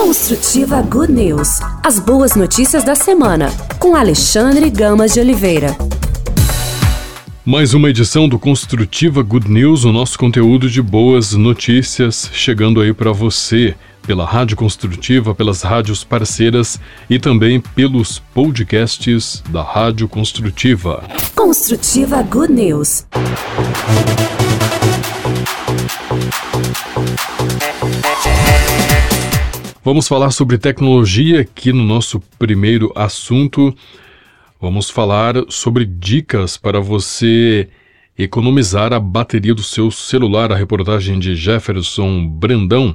Construtiva Good News. As boas notícias da semana, com Alexandre Gamas de Oliveira. Mais uma edição do Construtiva Good News, o nosso conteúdo de boas notícias chegando aí para você pela Rádio Construtiva, pelas rádios parceiras e também pelos podcasts da Rádio Construtiva. Construtiva Good News. Vamos falar sobre tecnologia aqui no nosso primeiro assunto. Vamos falar sobre dicas para você economizar a bateria do seu celular. A reportagem de Jefferson Brandão.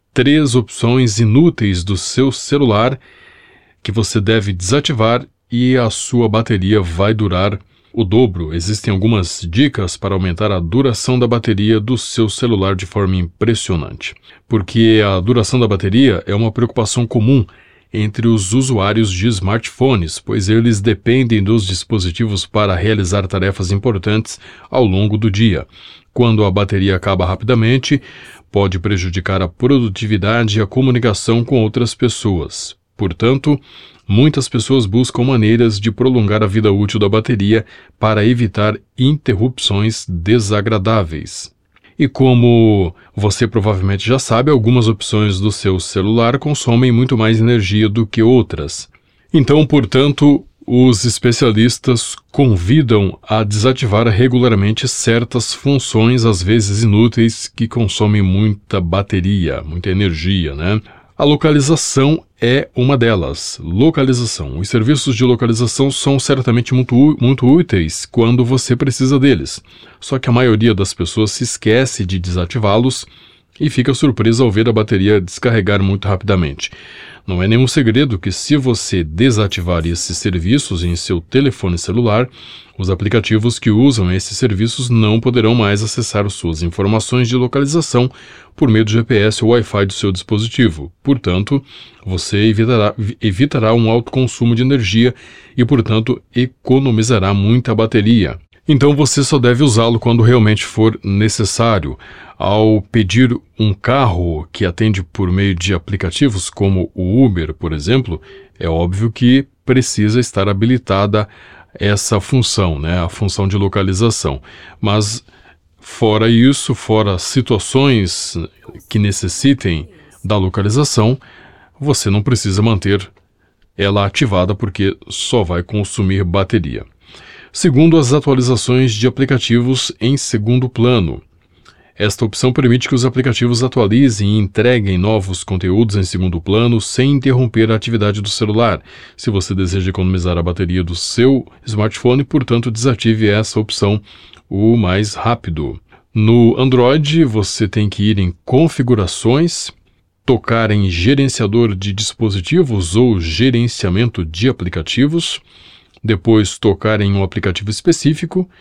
3 opções inúteis do seu celular que você deve desativar e a sua bateria vai durar o dobro. Existem algumas dicas para aumentar a duração da bateria do seu celular de forma impressionante. Porque a duração da bateria é uma preocupação comum entre os usuários de smartphones, pois eles dependem dos dispositivos para realizar tarefas importantes ao longo do dia. Quando a bateria acaba rapidamente, pode prejudicar a produtividade e a comunicação com outras pessoas. Portanto, muitas pessoas buscam maneiras de prolongar a vida útil da bateria para evitar interrupções desagradáveis. E como você provavelmente já sabe, algumas opções do seu celular consomem muito mais energia do que outras. Então, portanto, os especialistas convidam a desativar regularmente certas funções, às vezes inúteis, que consomem muita bateria, muita energia, né? A localização é uma delas. Localização. Os serviços de localização são certamente muito úteis quando você precisa deles. Só que a maioria das pessoas se esquece de desativá-los e fica surpresa ao ver a bateria descarregar muito rapidamente. Não é nenhum segredo que se você desativar esses serviços em seu telefone celular, os aplicativos que usam esses serviços não poderão mais acessar suas informações de localização por meio do GPS ou Wi-Fi do seu dispositivo. Portanto, você evitará um alto consumo de energia e, portanto, economizará muita bateria. Então você só deve usá-lo quando realmente for necessário. Ao pedir um carro que atende por meio de aplicativos como o Uber, por exemplo, é óbvio que precisa estar habilitada essa função, né? A função de localização. Mas fora isso, fora situações que necessitem da localização, você não precisa manter ela ativada porque só vai consumir bateria. Segundo, as atualizações de aplicativos em segundo plano. Esta opção permite que os aplicativos atualizem e entreguem novos conteúdos em segundo plano sem interromper a atividade do celular. Se você deseja economizar a bateria do seu smartphone, portanto, desative essa opção o mais rápido. No Android, você tem que ir em Configurações, tocar em Gerenciador de dispositivos ou Gerenciamento de aplicativos, depois tocar em um aplicativo específico,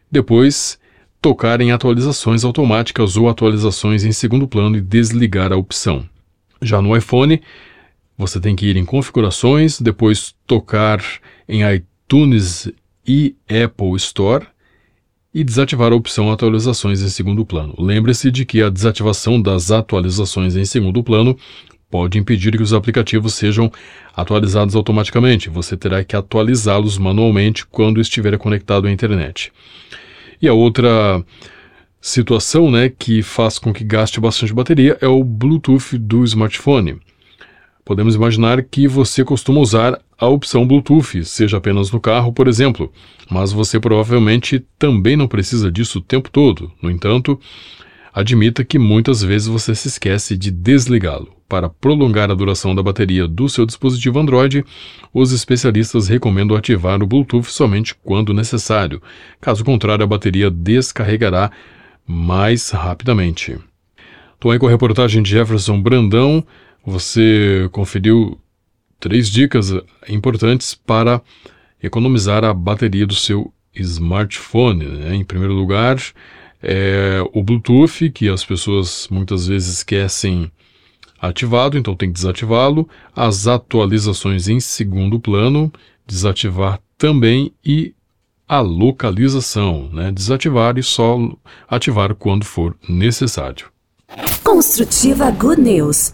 depois tocar em atualizações automáticas ou atualizações em segundo plano e desligar a opção. Já no iPhone, você tem que ir em Configurações, depois tocar em iTunes e Apple Store e desativar a opção Atualizações em segundo plano. Lembre-se de que a desativação das atualizações em segundo plano pode impedir que os aplicativos sejam atualizados automaticamente. Você terá que atualizá-los manualmente quando estiver conectado à internet. E a outra situação, né, que faz com que gaste bastante bateria é o Bluetooth do smartphone. Podemos imaginar que você costuma usar a opção Bluetooth, seja apenas no carro, por exemplo, mas você provavelmente também não precisa disso o tempo todo. No entanto, admita que muitas vezes você se esquece de desligá-lo. Para prolongar a duração da bateria do seu dispositivo Android, os especialistas recomendam ativar o Bluetooth somente quando necessário. Caso contrário, a bateria descarregará mais rapidamente. Estou aí com a reportagem de Jefferson Brandão. Você conferiu 3 dicas importantes para economizar a bateria do seu smartphone, né? Em primeiro lugar, o Bluetooth, que as pessoas muitas vezes esquecem ativado, então tem que desativá-lo. As atualizações em segundo plano, desativar também, e a localização, né? Desativar e só ativar quando for necessário. Construtiva Good News.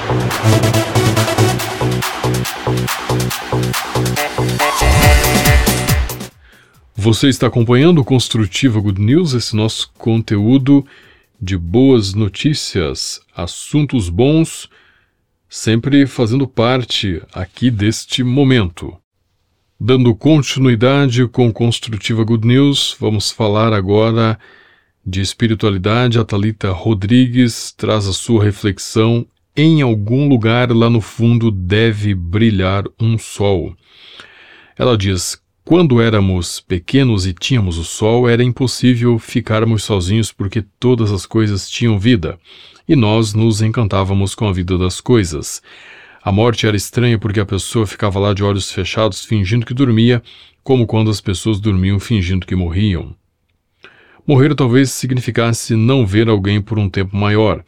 Você está acompanhando o Construtiva Good News, esse nosso conteúdo de boas notícias, assuntos bons, sempre fazendo parte aqui deste momento. Dando continuidade com Construtiva Good News, vamos falar agora de espiritualidade. A Thalita Rodrigues traz a sua reflexão: em algum lugar lá no fundo deve brilhar um sol. Ela diz: quando éramos pequenos e tínhamos o sol, era impossível ficarmos sozinhos porque todas as coisas tinham vida, e nós nos encantávamos com a vida das coisas. A morte era estranha porque a pessoa ficava lá de olhos fechados fingindo que dormia, como quando as pessoas dormiam fingindo que morriam. Morrer talvez significasse não ver alguém por um tempo maior,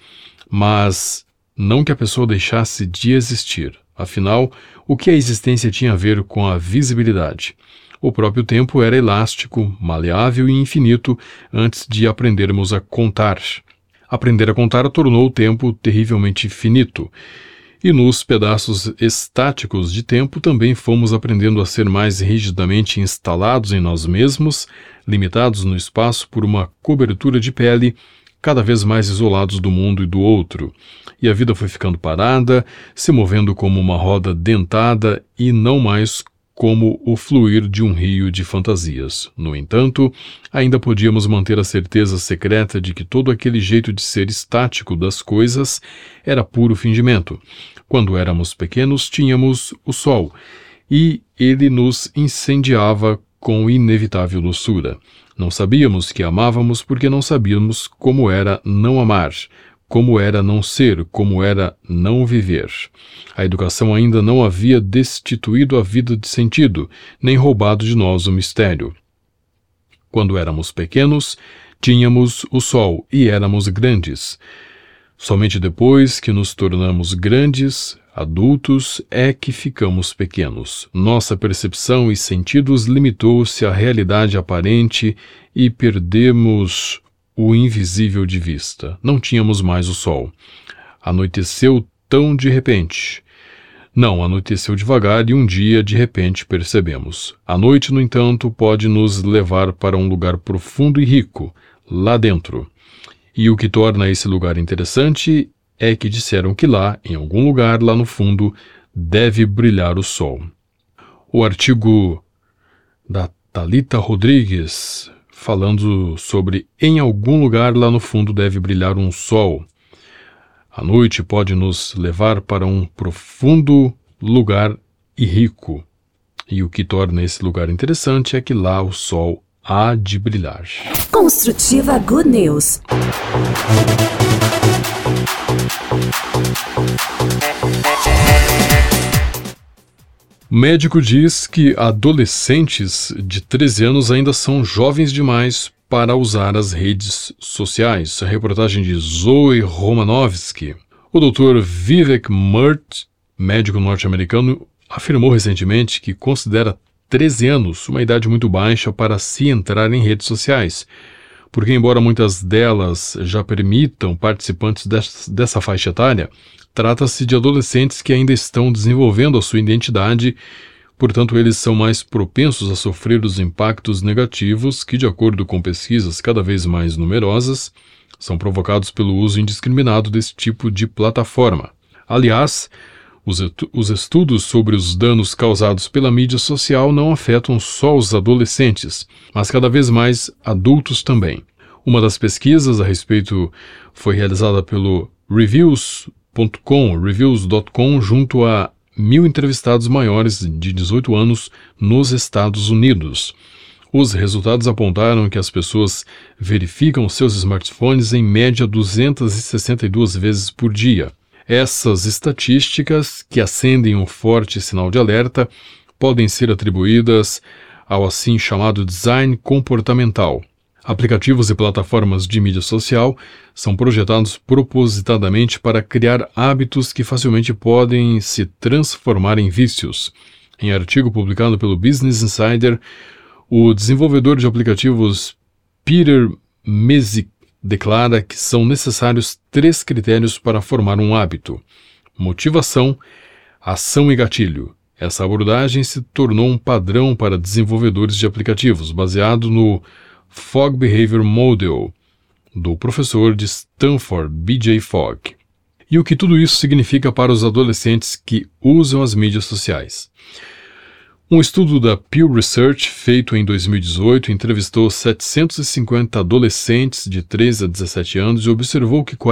mas não que a pessoa deixasse de existir. Afinal, o que a existência tinha a ver com a visibilidade? O próprio tempo era elástico, maleável e infinito antes de aprendermos a contar. Aprender a contar tornou o tempo terrivelmente finito. E nos pedaços estáticos de tempo também fomos aprendendo a ser mais rigidamente instalados em nós mesmos, limitados no espaço por uma cobertura de pele, cada vez mais isolados do mundo e do outro. E a vida foi ficando parada, se movendo como uma roda dentada e não mais como o fluir de um rio de fantasias. No entanto, ainda podíamos manter a certeza secreta de que todo aquele jeito de ser estático das coisas era puro fingimento. Quando éramos pequenos, tínhamos o sol, e ele nos incendiava com inevitável doçura. Não sabíamos que amávamos porque não sabíamos como era não amar, como era não ser, como era não viver. A educação ainda não havia destituído a vida de sentido, nem roubado de nós o mistério. Quando éramos pequenos, tínhamos o sol e éramos grandes. Somente depois que nos tornamos grandes, adultos, é que ficamos pequenos. Nossa percepção e sentidos limitou-se à realidade aparente e perdemos o invisível de vista. Não tínhamos mais o sol. Anoiteceu tão de repente. Não, anoiteceu devagar e um dia, de repente, percebemos. A noite, no entanto, pode nos levar para um lugar profundo e rico, lá dentro. E o que torna esse lugar interessante é que disseram que lá, em algum lugar lá no fundo, deve brilhar o sol. O artigo da Thalita Rodrigues, falando sobre em algum lugar lá no fundo deve brilhar um sol. A noite pode nos levar para um profundo lugar e rico. E o que torna esse lugar interessante é que lá o sol há de brilhar. Construtiva Good News. Médico diz que adolescentes de 13 anos ainda são jovens demais para usar as redes sociais. A reportagem de Zoe Romanovsky. O Dr. Vivek Murthy, médico norte-americano, afirmou recentemente que considera 13 anos uma idade muito baixa para se entrar em redes sociais, porque embora muitas delas já permitam participantes dessa faixa etária, trata-se de adolescentes que ainda estão desenvolvendo a sua identidade, portanto eles são mais propensos a sofrer os impactos negativos que, de acordo com pesquisas cada vez mais numerosas, são provocados pelo uso indiscriminado desse tipo de plataforma. Aliás, os estudos sobre os danos causados pela mídia social não afetam só os adolescentes, mas cada vez mais adultos também. Uma das pesquisas a respeito foi realizada pelo Reviews.com, junto a 1.000 entrevistados maiores de 18 anos nos Estados Unidos. Os resultados apontaram que as pessoas verificam seus smartphones em média 262 vezes por dia. Essas estatísticas, que acendem um forte sinal de alerta, podem ser atribuídas ao assim chamado design comportamental. Aplicativos e plataformas de mídia social são projetados propositadamente para criar hábitos que facilmente podem se transformar em vícios. Em artigo publicado pelo Business Insider, o desenvolvedor de aplicativos Peter declara que são necessários 3 critérios para formar um hábito: motivação, ação e gatilho. Essa abordagem se tornou um padrão para desenvolvedores de aplicativos, baseado no Fogg Behavior Model, do professor de Stanford, B.J. Fogg. E o que tudo isso significa para os adolescentes que usam as mídias sociais? Um estudo da Pew Research, feito em 2018, entrevistou 750 adolescentes de 13 a 17 anos e observou que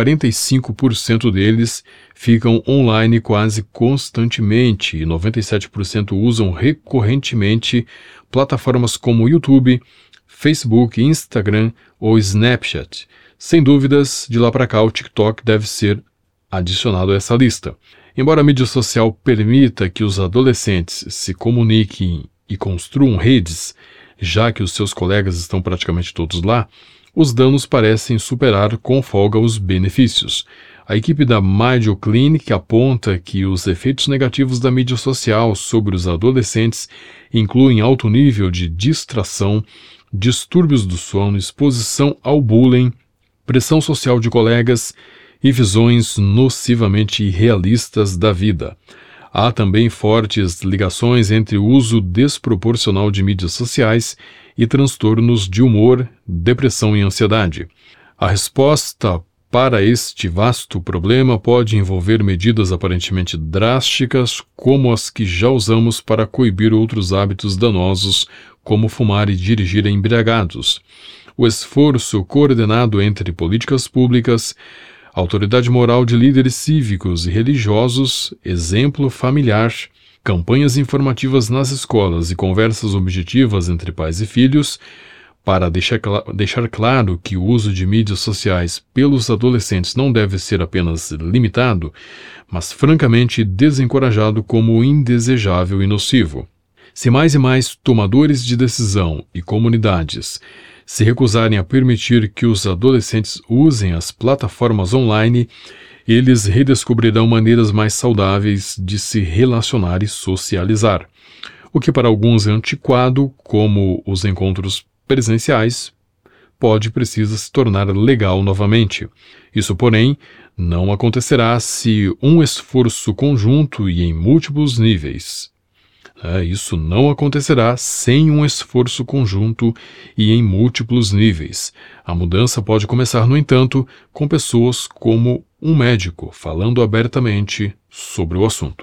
45% deles ficam online quase constantemente e 97% usam recorrentemente plataformas como YouTube, Facebook, Instagram ou Snapchat. Sem dúvidas, de lá para cá o TikTok deve ser adicionado a essa lista. Embora a mídia social permita que os adolescentes se comuniquem e construam redes, já que os seus colegas estão praticamente todos lá, os danos parecem superar com folga os benefícios. A equipe da Mayo Clinic aponta que os efeitos negativos da mídia social sobre os adolescentes incluem alto nível de distração, distúrbios do sono, exposição ao bullying, pressão social de colegas e visões nocivamente irrealistas da vida. Há também fortes ligações entre o uso desproporcional de mídias sociais e transtornos de humor, depressão e ansiedade. A resposta para este vasto problema pode envolver medidas aparentemente drásticas, como as que já usamos para coibir outros hábitos danosos, como fumar e dirigir embriagados. O esforço coordenado entre políticas públicas, autoridade moral de líderes cívicos e religiosos, exemplo familiar, campanhas informativas nas escolas e conversas objetivas entre pais e filhos, para deixar claro que o uso de mídias sociais pelos adolescentes não deve ser apenas limitado, mas francamente desencorajado como indesejável e nocivo. Se mais e mais tomadores de decisão e comunidades se recusarem a permitir que os adolescentes usem as plataformas online, eles redescobrirão maneiras mais saudáveis de se relacionar e socializar. O que para alguns é antiquado, como os encontros presenciais, pode e precisa se tornar legal novamente. Isso, porém, não acontecerá se um esforço conjunto e em múltiplos níveis. Isso não acontecerá sem um esforço conjunto e em múltiplos níveis. A mudança pode começar, no entanto, com pessoas como um médico falando abertamente sobre o assunto.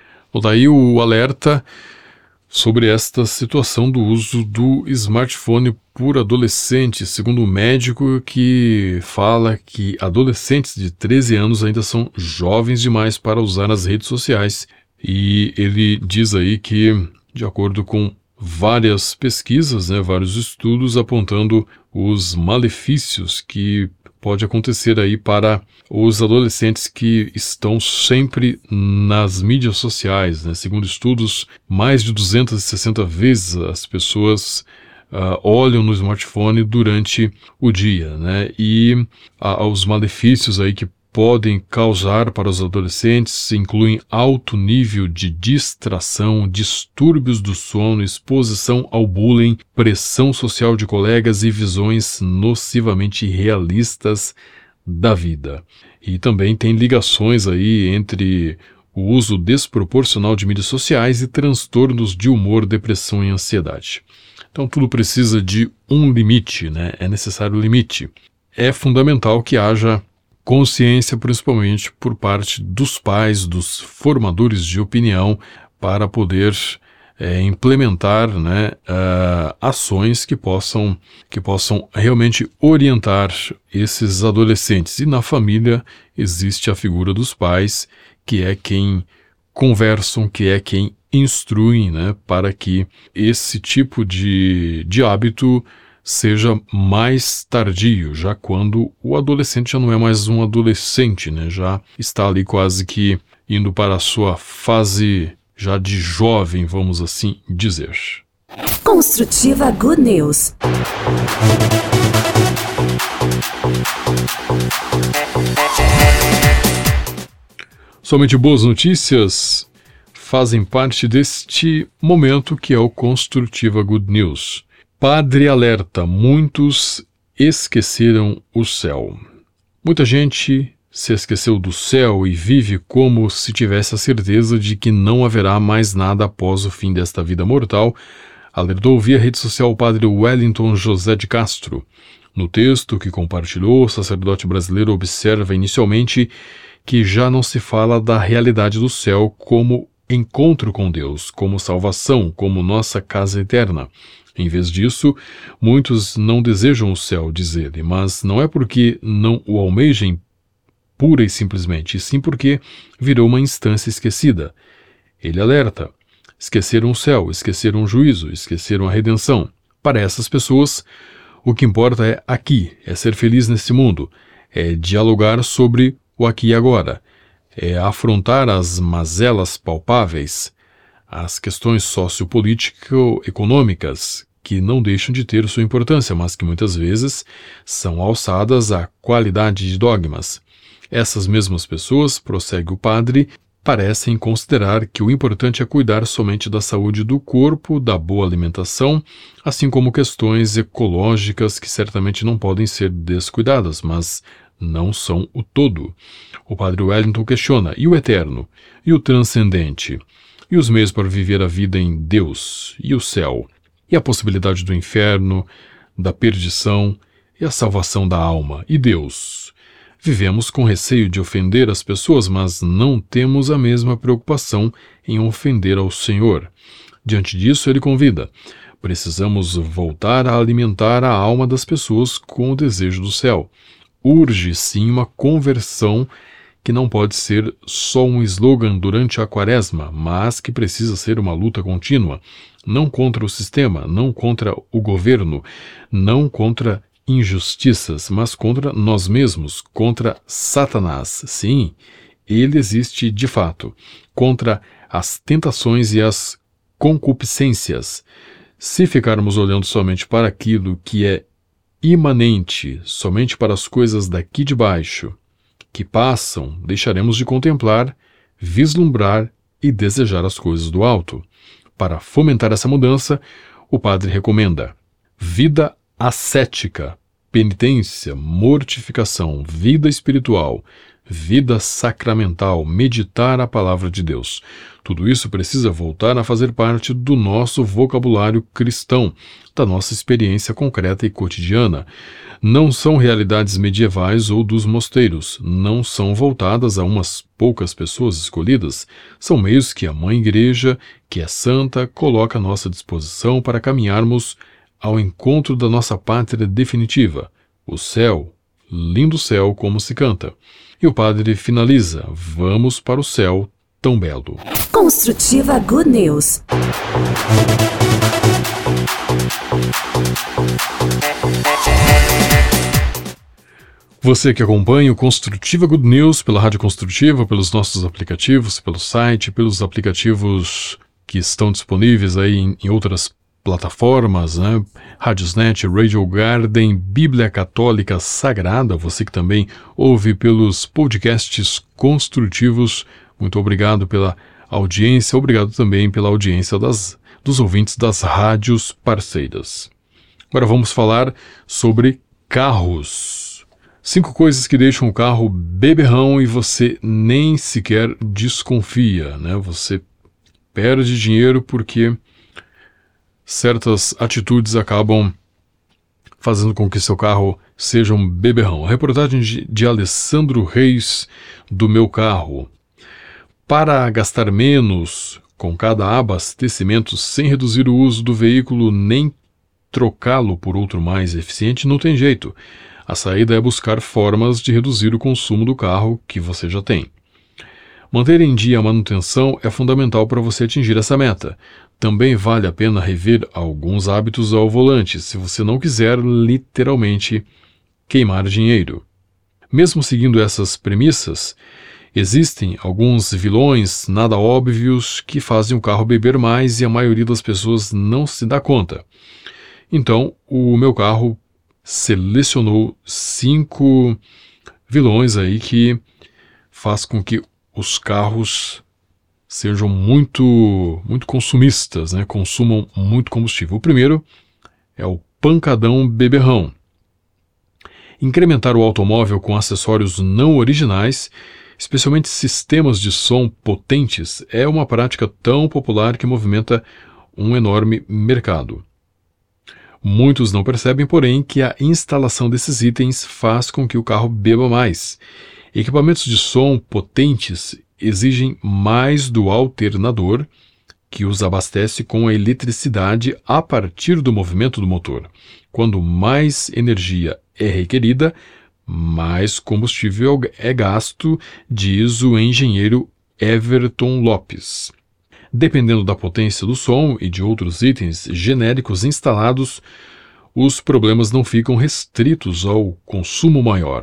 Daí o alerta sobre esta situação do uso do smartphone por adolescentes, segundo o médico que fala que adolescentes de 13 anos ainda são jovens demais para usar as redes sociais. E ele diz aí que, de acordo com várias pesquisas, vários estudos apontando os malefícios que pode acontecer aí para os adolescentes que estão sempre nas mídias sociais. Segundo estudos, mais de 260 vezes as pessoas olham no smartphone durante o dia, E os malefícios aí que podem causar para os adolescentes incluem alto nível de distração, distúrbios do sono, exposição ao bullying, pressão social de colegas e visões nocivamente realistas da vida. E também tem ligações aí entre o uso desproporcional de mídias sociais e transtornos de humor, depressão e ansiedade. Então tudo precisa de um limite, É necessário limite. É fundamental que haja consciência, principalmente por parte dos pais, dos formadores de opinião, para poder implementar ações que possam realmente orientar esses adolescentes. E na família existe a figura dos pais, que é quem conversam, que é quem instruem, para que esse tipo de hábito seja mais tardio, já quando o adolescente já não é mais um adolescente, já está ali quase que indo para a sua fase já de jovem, vamos assim dizer. Construtiva Good News. Somente boas notícias fazem parte deste momento que é o Construtiva Good News. Padre alerta, muitos esqueceram o céu. Muita gente se esqueceu do céu e vive como se tivesse a certeza de que não haverá mais nada após o fim desta vida mortal, alertou via rede social o padre Wellington José de Castro. No texto que compartilhou, o sacerdote brasileiro observa inicialmente que já não se fala da realidade do céu como encontro com Deus, como salvação, como nossa casa eterna. Em vez disso, muitos não desejam o céu, diz ele, mas não é porque não o almejem pura e simplesmente, e sim porque virou uma instância esquecida. Ele alerta: esqueceram o céu, esqueceram o juízo, esqueceram a redenção. Para essas pessoas, o que importa é aqui, é ser feliz nesse mundo, é dialogar sobre o aqui e agora, é afrontar as mazelas palpáveis, as questões sociopolítico-econômicas, que não deixam de ter sua importância, mas que muitas vezes são alçadas à qualidade de dogmas. Essas mesmas pessoas, prossegue o padre, parecem considerar que o importante é cuidar somente da saúde do corpo, da boa alimentação, assim como questões ecológicas que certamente não podem ser descuidadas, mas não são o todo. O padre Wellington questiona: e o eterno? E o transcendente? E os meios para viver a vida em Deus? E o céu? E a possibilidade do inferno, da perdição e a salvação da alma? E Deus? Vivemos com receio de ofender as pessoas, mas não temos a mesma preocupação em ofender ao Senhor. Diante disso, ele convida: precisamos voltar a alimentar a alma das pessoas com o desejo do céu. Urge, sim, uma conversão que não pode ser só um slogan durante a quaresma, mas que precisa ser uma luta contínua, não contra o sistema, não contra o governo, não contra injustiças, mas contra nós mesmos, contra Satanás. Sim, ele existe de fato, contra as tentações e as concupiscências. Se ficarmos olhando somente para aquilo que é imanente, somente para as coisas daqui de baixo, que passam, deixaremos de contemplar, vislumbrar e desejar as coisas do alto. Para fomentar essa mudança, o padre recomenda vida ascética, penitência, mortificação, vida espiritual, vida sacramental, meditar a palavra de Deus. Tudo isso precisa voltar a fazer parte do nosso vocabulário cristão, da nossa experiência concreta e cotidiana. Não são realidades medievais ou dos mosteiros, não são voltadas a umas poucas pessoas escolhidas, são meios que a Mãe Igreja, que é santa, coloca à nossa disposição para caminharmos ao encontro da nossa pátria definitiva, o céu, lindo céu como se canta. E o padre finaliza: vamos para o céu tão belo. Construtiva Good News. Você que acompanha o Construtiva Good News pela Rádio Construtiva, pelos nossos aplicativos, pelo site, pelos aplicativos que estão disponíveis aí em outras plataformas, né? Radiosnet, Radio Garden, Bíblia Católica Sagrada, você que também ouve pelos podcasts construtivos, muito obrigado pela audiência, obrigado também pela audiência dos ouvintes das rádios parceiras. Agora vamos falar sobre carros. 5 coisas que deixam o carro beberrão e você nem sequer desconfia, né? Você perde dinheiro porque certas atitudes acabam fazendo com que seu carro seja um beberrão. A reportagem de Alessandro Reis, do Meu Carro. Para gastar menos com cada abastecimento sem reduzir o uso do veículo nem trocá-lo por outro mais eficiente, não tem jeito. A saída é buscar formas de reduzir o consumo do carro que você já tem. Manter em dia a manutenção é fundamental para você atingir essa meta. Também vale a pena rever alguns hábitos ao volante, se você não quiser literalmente queimar dinheiro. Mesmo seguindo essas premissas, existem alguns vilões nada óbvios que fazem o carro beber mais e a maioria das pessoas não se dá conta. Então, o Meu Carro selecionou 5 vilões aí que faz com que os carros sejam muito consumistas, né? Consumam muito combustível. O primeiro é o pancadão beberrão. Incrementar o automóvel com acessórios não originais, especialmente sistemas de som potentes, é uma prática tão popular que movimenta um enorme mercado. Muitos não percebem, porém, que a instalação desses itens faz com que o carro beba mais. Equipamentos de som potentes exigem mais do alternador, que os abastece com a eletricidade a partir do movimento do motor. Quando mais energia é requerida, mais combustível é gasto, diz o engenheiro Everton Lopes. Dependendo da potência do som e de outros itens genéricos instalados, os problemas não ficam restritos ao consumo maior.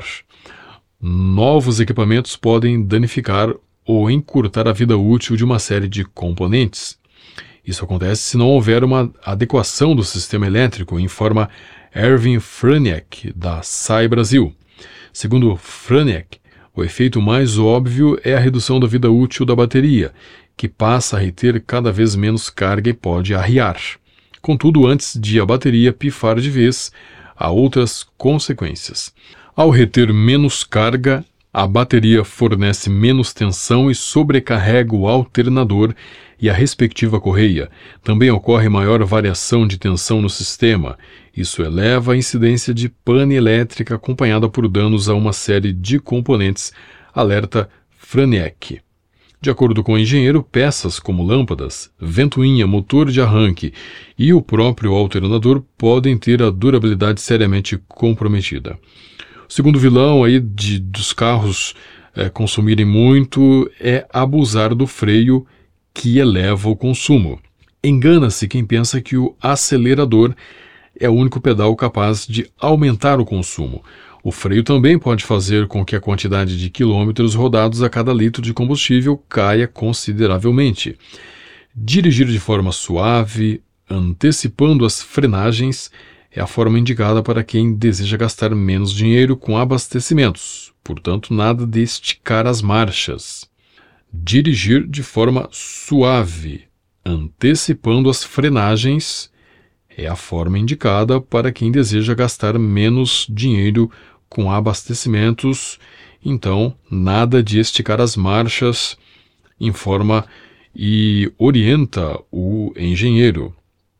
Novos equipamentos podem danificar ou encurtar a vida útil de uma série de componentes. Isso acontece se não houver uma adequação do sistema elétrico, informa Erwin Franiak, da SAI Brasil. Segundo Franiak, o efeito mais óbvio é a redução da vida útil da bateria, que passa a reter cada vez menos carga e pode arriar. Contudo, antes de a bateria pifar de vez, há outras consequências. Ao reter menos carga, a bateria fornece menos tensão e sobrecarrega o alternador e a respectiva correia. Também ocorre maior variação de tensão no sistema. Isso eleva a incidência de pane elétrica acompanhada por danos a uma série de componentes, alerta Franiak. De acordo com o engenheiro, peças como lâmpadas, ventoinha, motor de arranque e o próprio alternador podem ter a durabilidade seriamente comprometida. O segundo vilão aí dos carros consumirem muito é abusar do freio, que eleva o consumo. Engana-se quem pensa que o acelerador é o único pedal capaz de aumentar o consumo. O freio também pode fazer com que a quantidade de quilômetros rodados a cada litro de combustível caia consideravelmente. Dirigir de forma suave, antecipando as frenagens, é a forma indicada para quem deseja gastar menos dinheiro com abastecimentos. Portanto, nada de esticar as marchas. Dirigir de forma suave, antecipando as frenagens, é a forma indicada para quem deseja gastar menos dinheiro com abastecimentos. Então, nada de esticar as marchas, informa e orienta o engenheiro.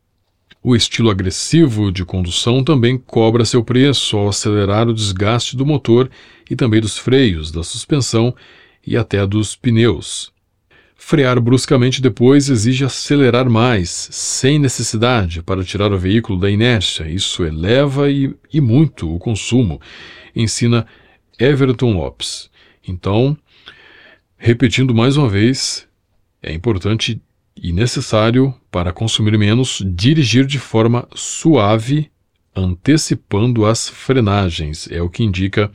O estilo agressivo de condução também cobra seu preço ao acelerar o desgaste do motor e também dos freios, da suspensão e até dos pneus. Frear bruscamente depois exige acelerar mais, sem necessidade, para tirar o veículo da inércia. Isso eleva e muito o consumo, ensina Everton Lopes. Então, repetindo mais uma vez, é importante e necessário, para consumir menos, dirigir de forma suave, antecipando as frenagens. É o que indica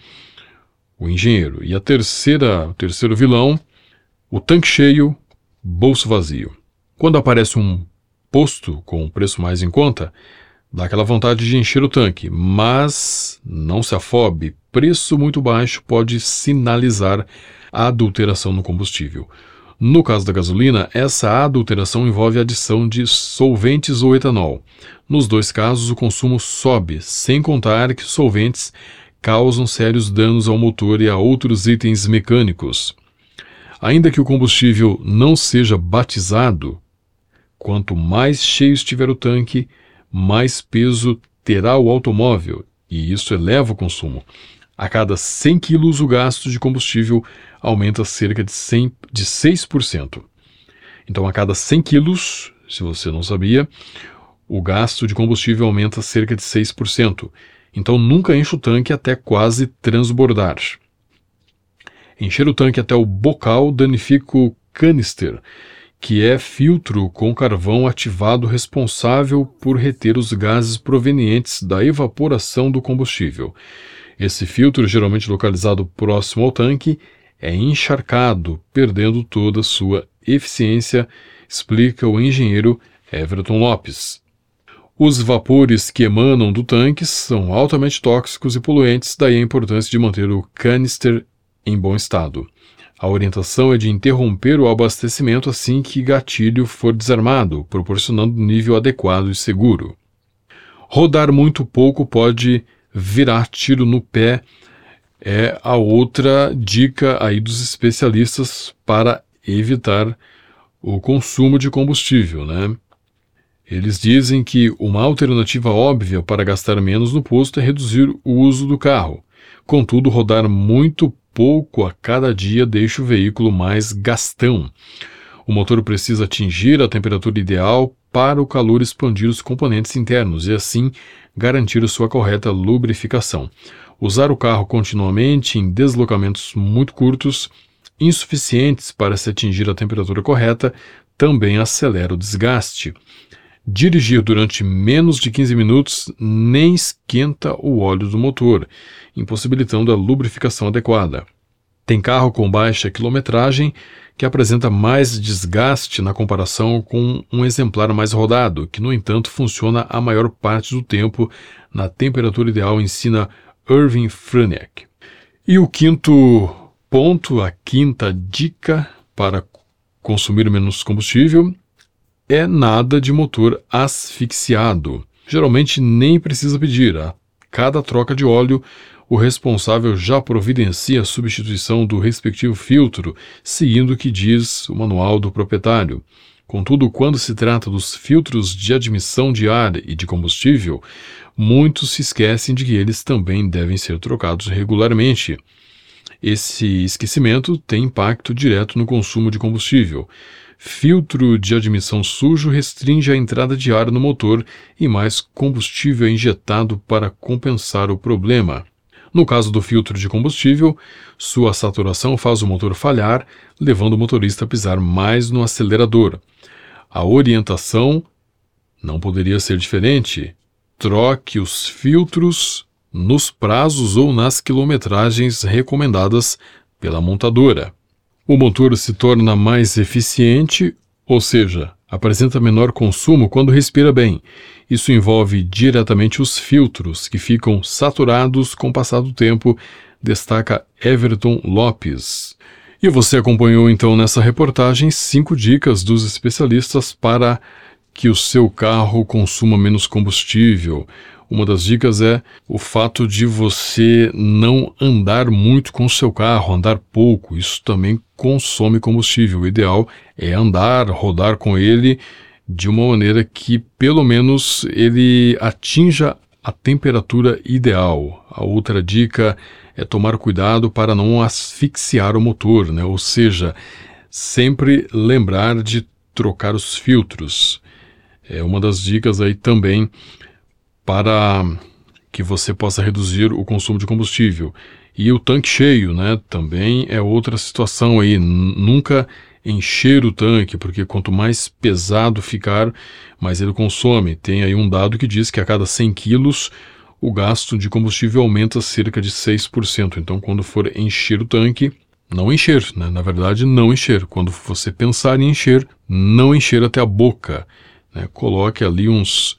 o engenheiro. E o terceiro vilão, o tanque cheio, bolso vazio. Quando aparece um posto com um preço mais em conta, dá aquela vontade de encher o tanque, mas não se afobe. Preço muito baixo pode sinalizar a adulteração no combustível. No caso da gasolina, essa adulteração envolve a adição de solventes ou etanol. Nos dois casos, o consumo sobe, sem contar que os solventes causam sérios danos ao motor e a outros itens mecânicos. Ainda que o combustível não seja batizado, quanto mais cheio estiver o tanque, mais peso terá o automóvel, e isso eleva o consumo. A cada 100 quilos, o gasto de combustível aumenta cerca de 6%. Então, a cada 100 quilos, se você não sabia, o gasto de combustível aumenta cerca de 6%. Então, nunca enche o tanque até quase transbordar. Encher o tanque até o bocal danifica o canister, que é filtro com carvão ativado responsável por reter os gases provenientes da evaporação do combustível. Esse filtro, geralmente localizado próximo ao tanque, é encharcado, perdendo toda a sua eficiência, explica o engenheiro Everton Lopes. Os vapores que emanam do tanque são altamente tóxicos e poluentes, daí a importância de manter o canister em bom estado. A orientação é de interromper o abastecimento assim que gatilho for desarmado, proporcionando um nível adequado e seguro. Rodar muito pouco pode virar tiro no pé é a outra dica aí dos especialistas para evitar o consumo de combustível, né? Eles dizem que uma alternativa óbvia para gastar menos no posto é reduzir o uso do carro. Contudo, rodar muito pouco a cada dia deixa o veículo mais gastão. O motor precisa atingir a temperatura ideal para o calor expandir os componentes internos e assim garantir sua correta lubrificação. Usar o carro continuamente em deslocamentos muito curtos, insuficientes para se atingir a temperatura correta, também acelera o desgaste. Dirigir durante menos de 15 minutos nem esquenta o óleo do motor, impossibilitando a lubrificação adequada. Tem carro com baixa quilometragem que apresenta mais desgaste na comparação com um exemplar mais rodado, que, no entanto, funciona a maior parte do tempo na temperatura ideal, ensina Irving Franick. E o quinto ponto, a quinta dica para consumir menos combustível é nada de motor asfixiado. Geralmente nem precisa pedir. A cada troca de óleo, o responsável já providencia a substituição do respectivo filtro, seguindo o que diz o manual do proprietário. Contudo, quando se trata dos filtros de admissão de ar e de combustível, muitos se esquecem de que eles também devem ser trocados regularmente. Esse esquecimento tem impacto direto no consumo de combustível. Filtro de admissão sujo restringe a entrada de ar no motor e mais combustível é injetado para compensar o problema. No caso do filtro de combustível, sua saturação faz o motor falhar, levando o motorista a pisar mais no acelerador. A orientação não poderia ser diferente. Troque os filtros nos prazos ou nas quilometragens recomendadas pela montadora. O motor se torna mais eficiente, ou seja, apresenta menor consumo quando respira bem. Isso envolve diretamente os filtros, que ficam saturados com o passar do tempo, destaca Everton Lopes. E você acompanhou então nessa reportagem 5 dicas dos especialistas para que o seu carro consuma menos combustível. Uma das dicas é o fato de você não andar muito com o seu carro, andar pouco. Isso também consome combustível. O ideal é rodar com ele de uma maneira que pelo menos ele atinja a temperatura ideal. A outra dica é tomar cuidado para não asfixiar o motor, né? Ou seja, sempre lembrar de trocar os filtros. É uma das dicas aí também para que você possa reduzir o consumo de combustível. E o tanque cheio, né, também é outra situação aí. Nunca encher o tanque, porque quanto mais pesado ficar, mais ele consome. Tem aí um dado que diz que a cada 100 quilos o gasto de combustível aumenta cerca de 6%. Então, quando for encher o tanque, não encher, né? Na verdade, não encher. Quando você pensar em encher, não encher até a boca, né? Coloque ali uns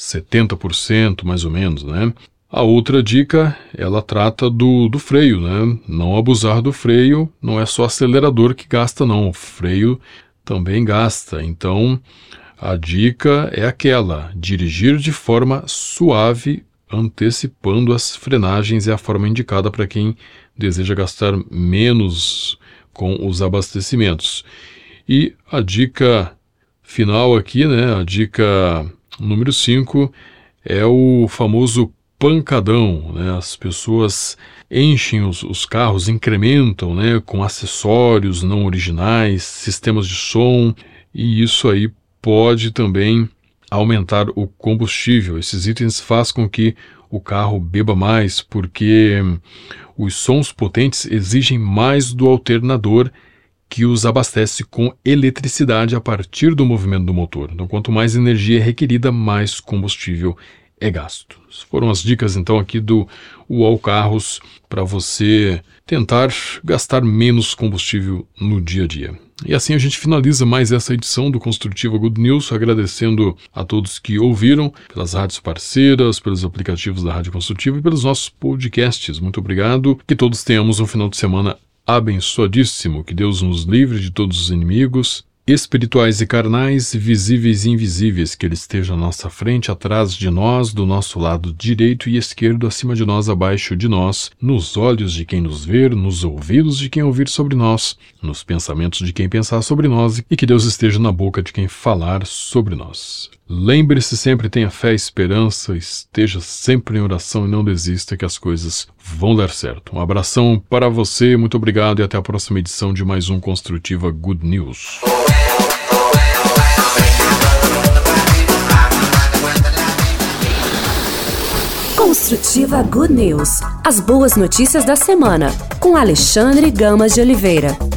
70% mais ou menos, né? A outra dica, ela trata do freio, né? Não abusar do freio, não é só acelerador que gasta não, o freio também gasta. Então, a dica é aquela, dirigir de forma suave, antecipando as frenagens é a forma indicada para quem deseja gastar menos com os abastecimentos. E a dica final aqui, né? A dica número 5 é o famoso pancadão, né? As pessoas enchem os carros, incrementam, né? Com acessórios não originais, sistemas de som, e isso aí pode também aumentar o combustível. Esses itens fazem com que o carro beba mais, porque os sons potentes exigem mais do alternador que os abastece com eletricidade a partir do movimento do motor. Então, quanto mais energia é requerida, mais combustível é gasto. Foram as dicas, então, aqui do UOL Carros para você tentar gastar menos combustível no dia a dia. E assim a gente finaliza mais essa edição do Construtiva Good News, agradecendo a todos que ouviram, pelas rádios parceiras, pelos aplicativos da Rádio Construtiva e pelos nossos podcasts. Muito obrigado. Que todos tenhamos um final de semana abençoadíssimo, que Deus nos livre de todos os inimigos espirituais e carnais, visíveis e invisíveis, que Ele esteja à nossa frente, atrás de nós, do nosso lado direito e esquerdo, acima de nós, abaixo de nós, nos olhos de quem nos ver, nos ouvidos de quem ouvir sobre nós, nos pensamentos de quem pensar sobre nós, e que Deus esteja na boca de quem falar sobre nós. Lembre-se sempre, tenha fé e esperança, esteja sempre em oração e não desista que as coisas vão dar certo. Um abração para você, muito obrigado e até a próxima edição de mais um Construtiva Good News. Construtiva Good News. As boas notícias da semana, com Alexandre Gama de Oliveira.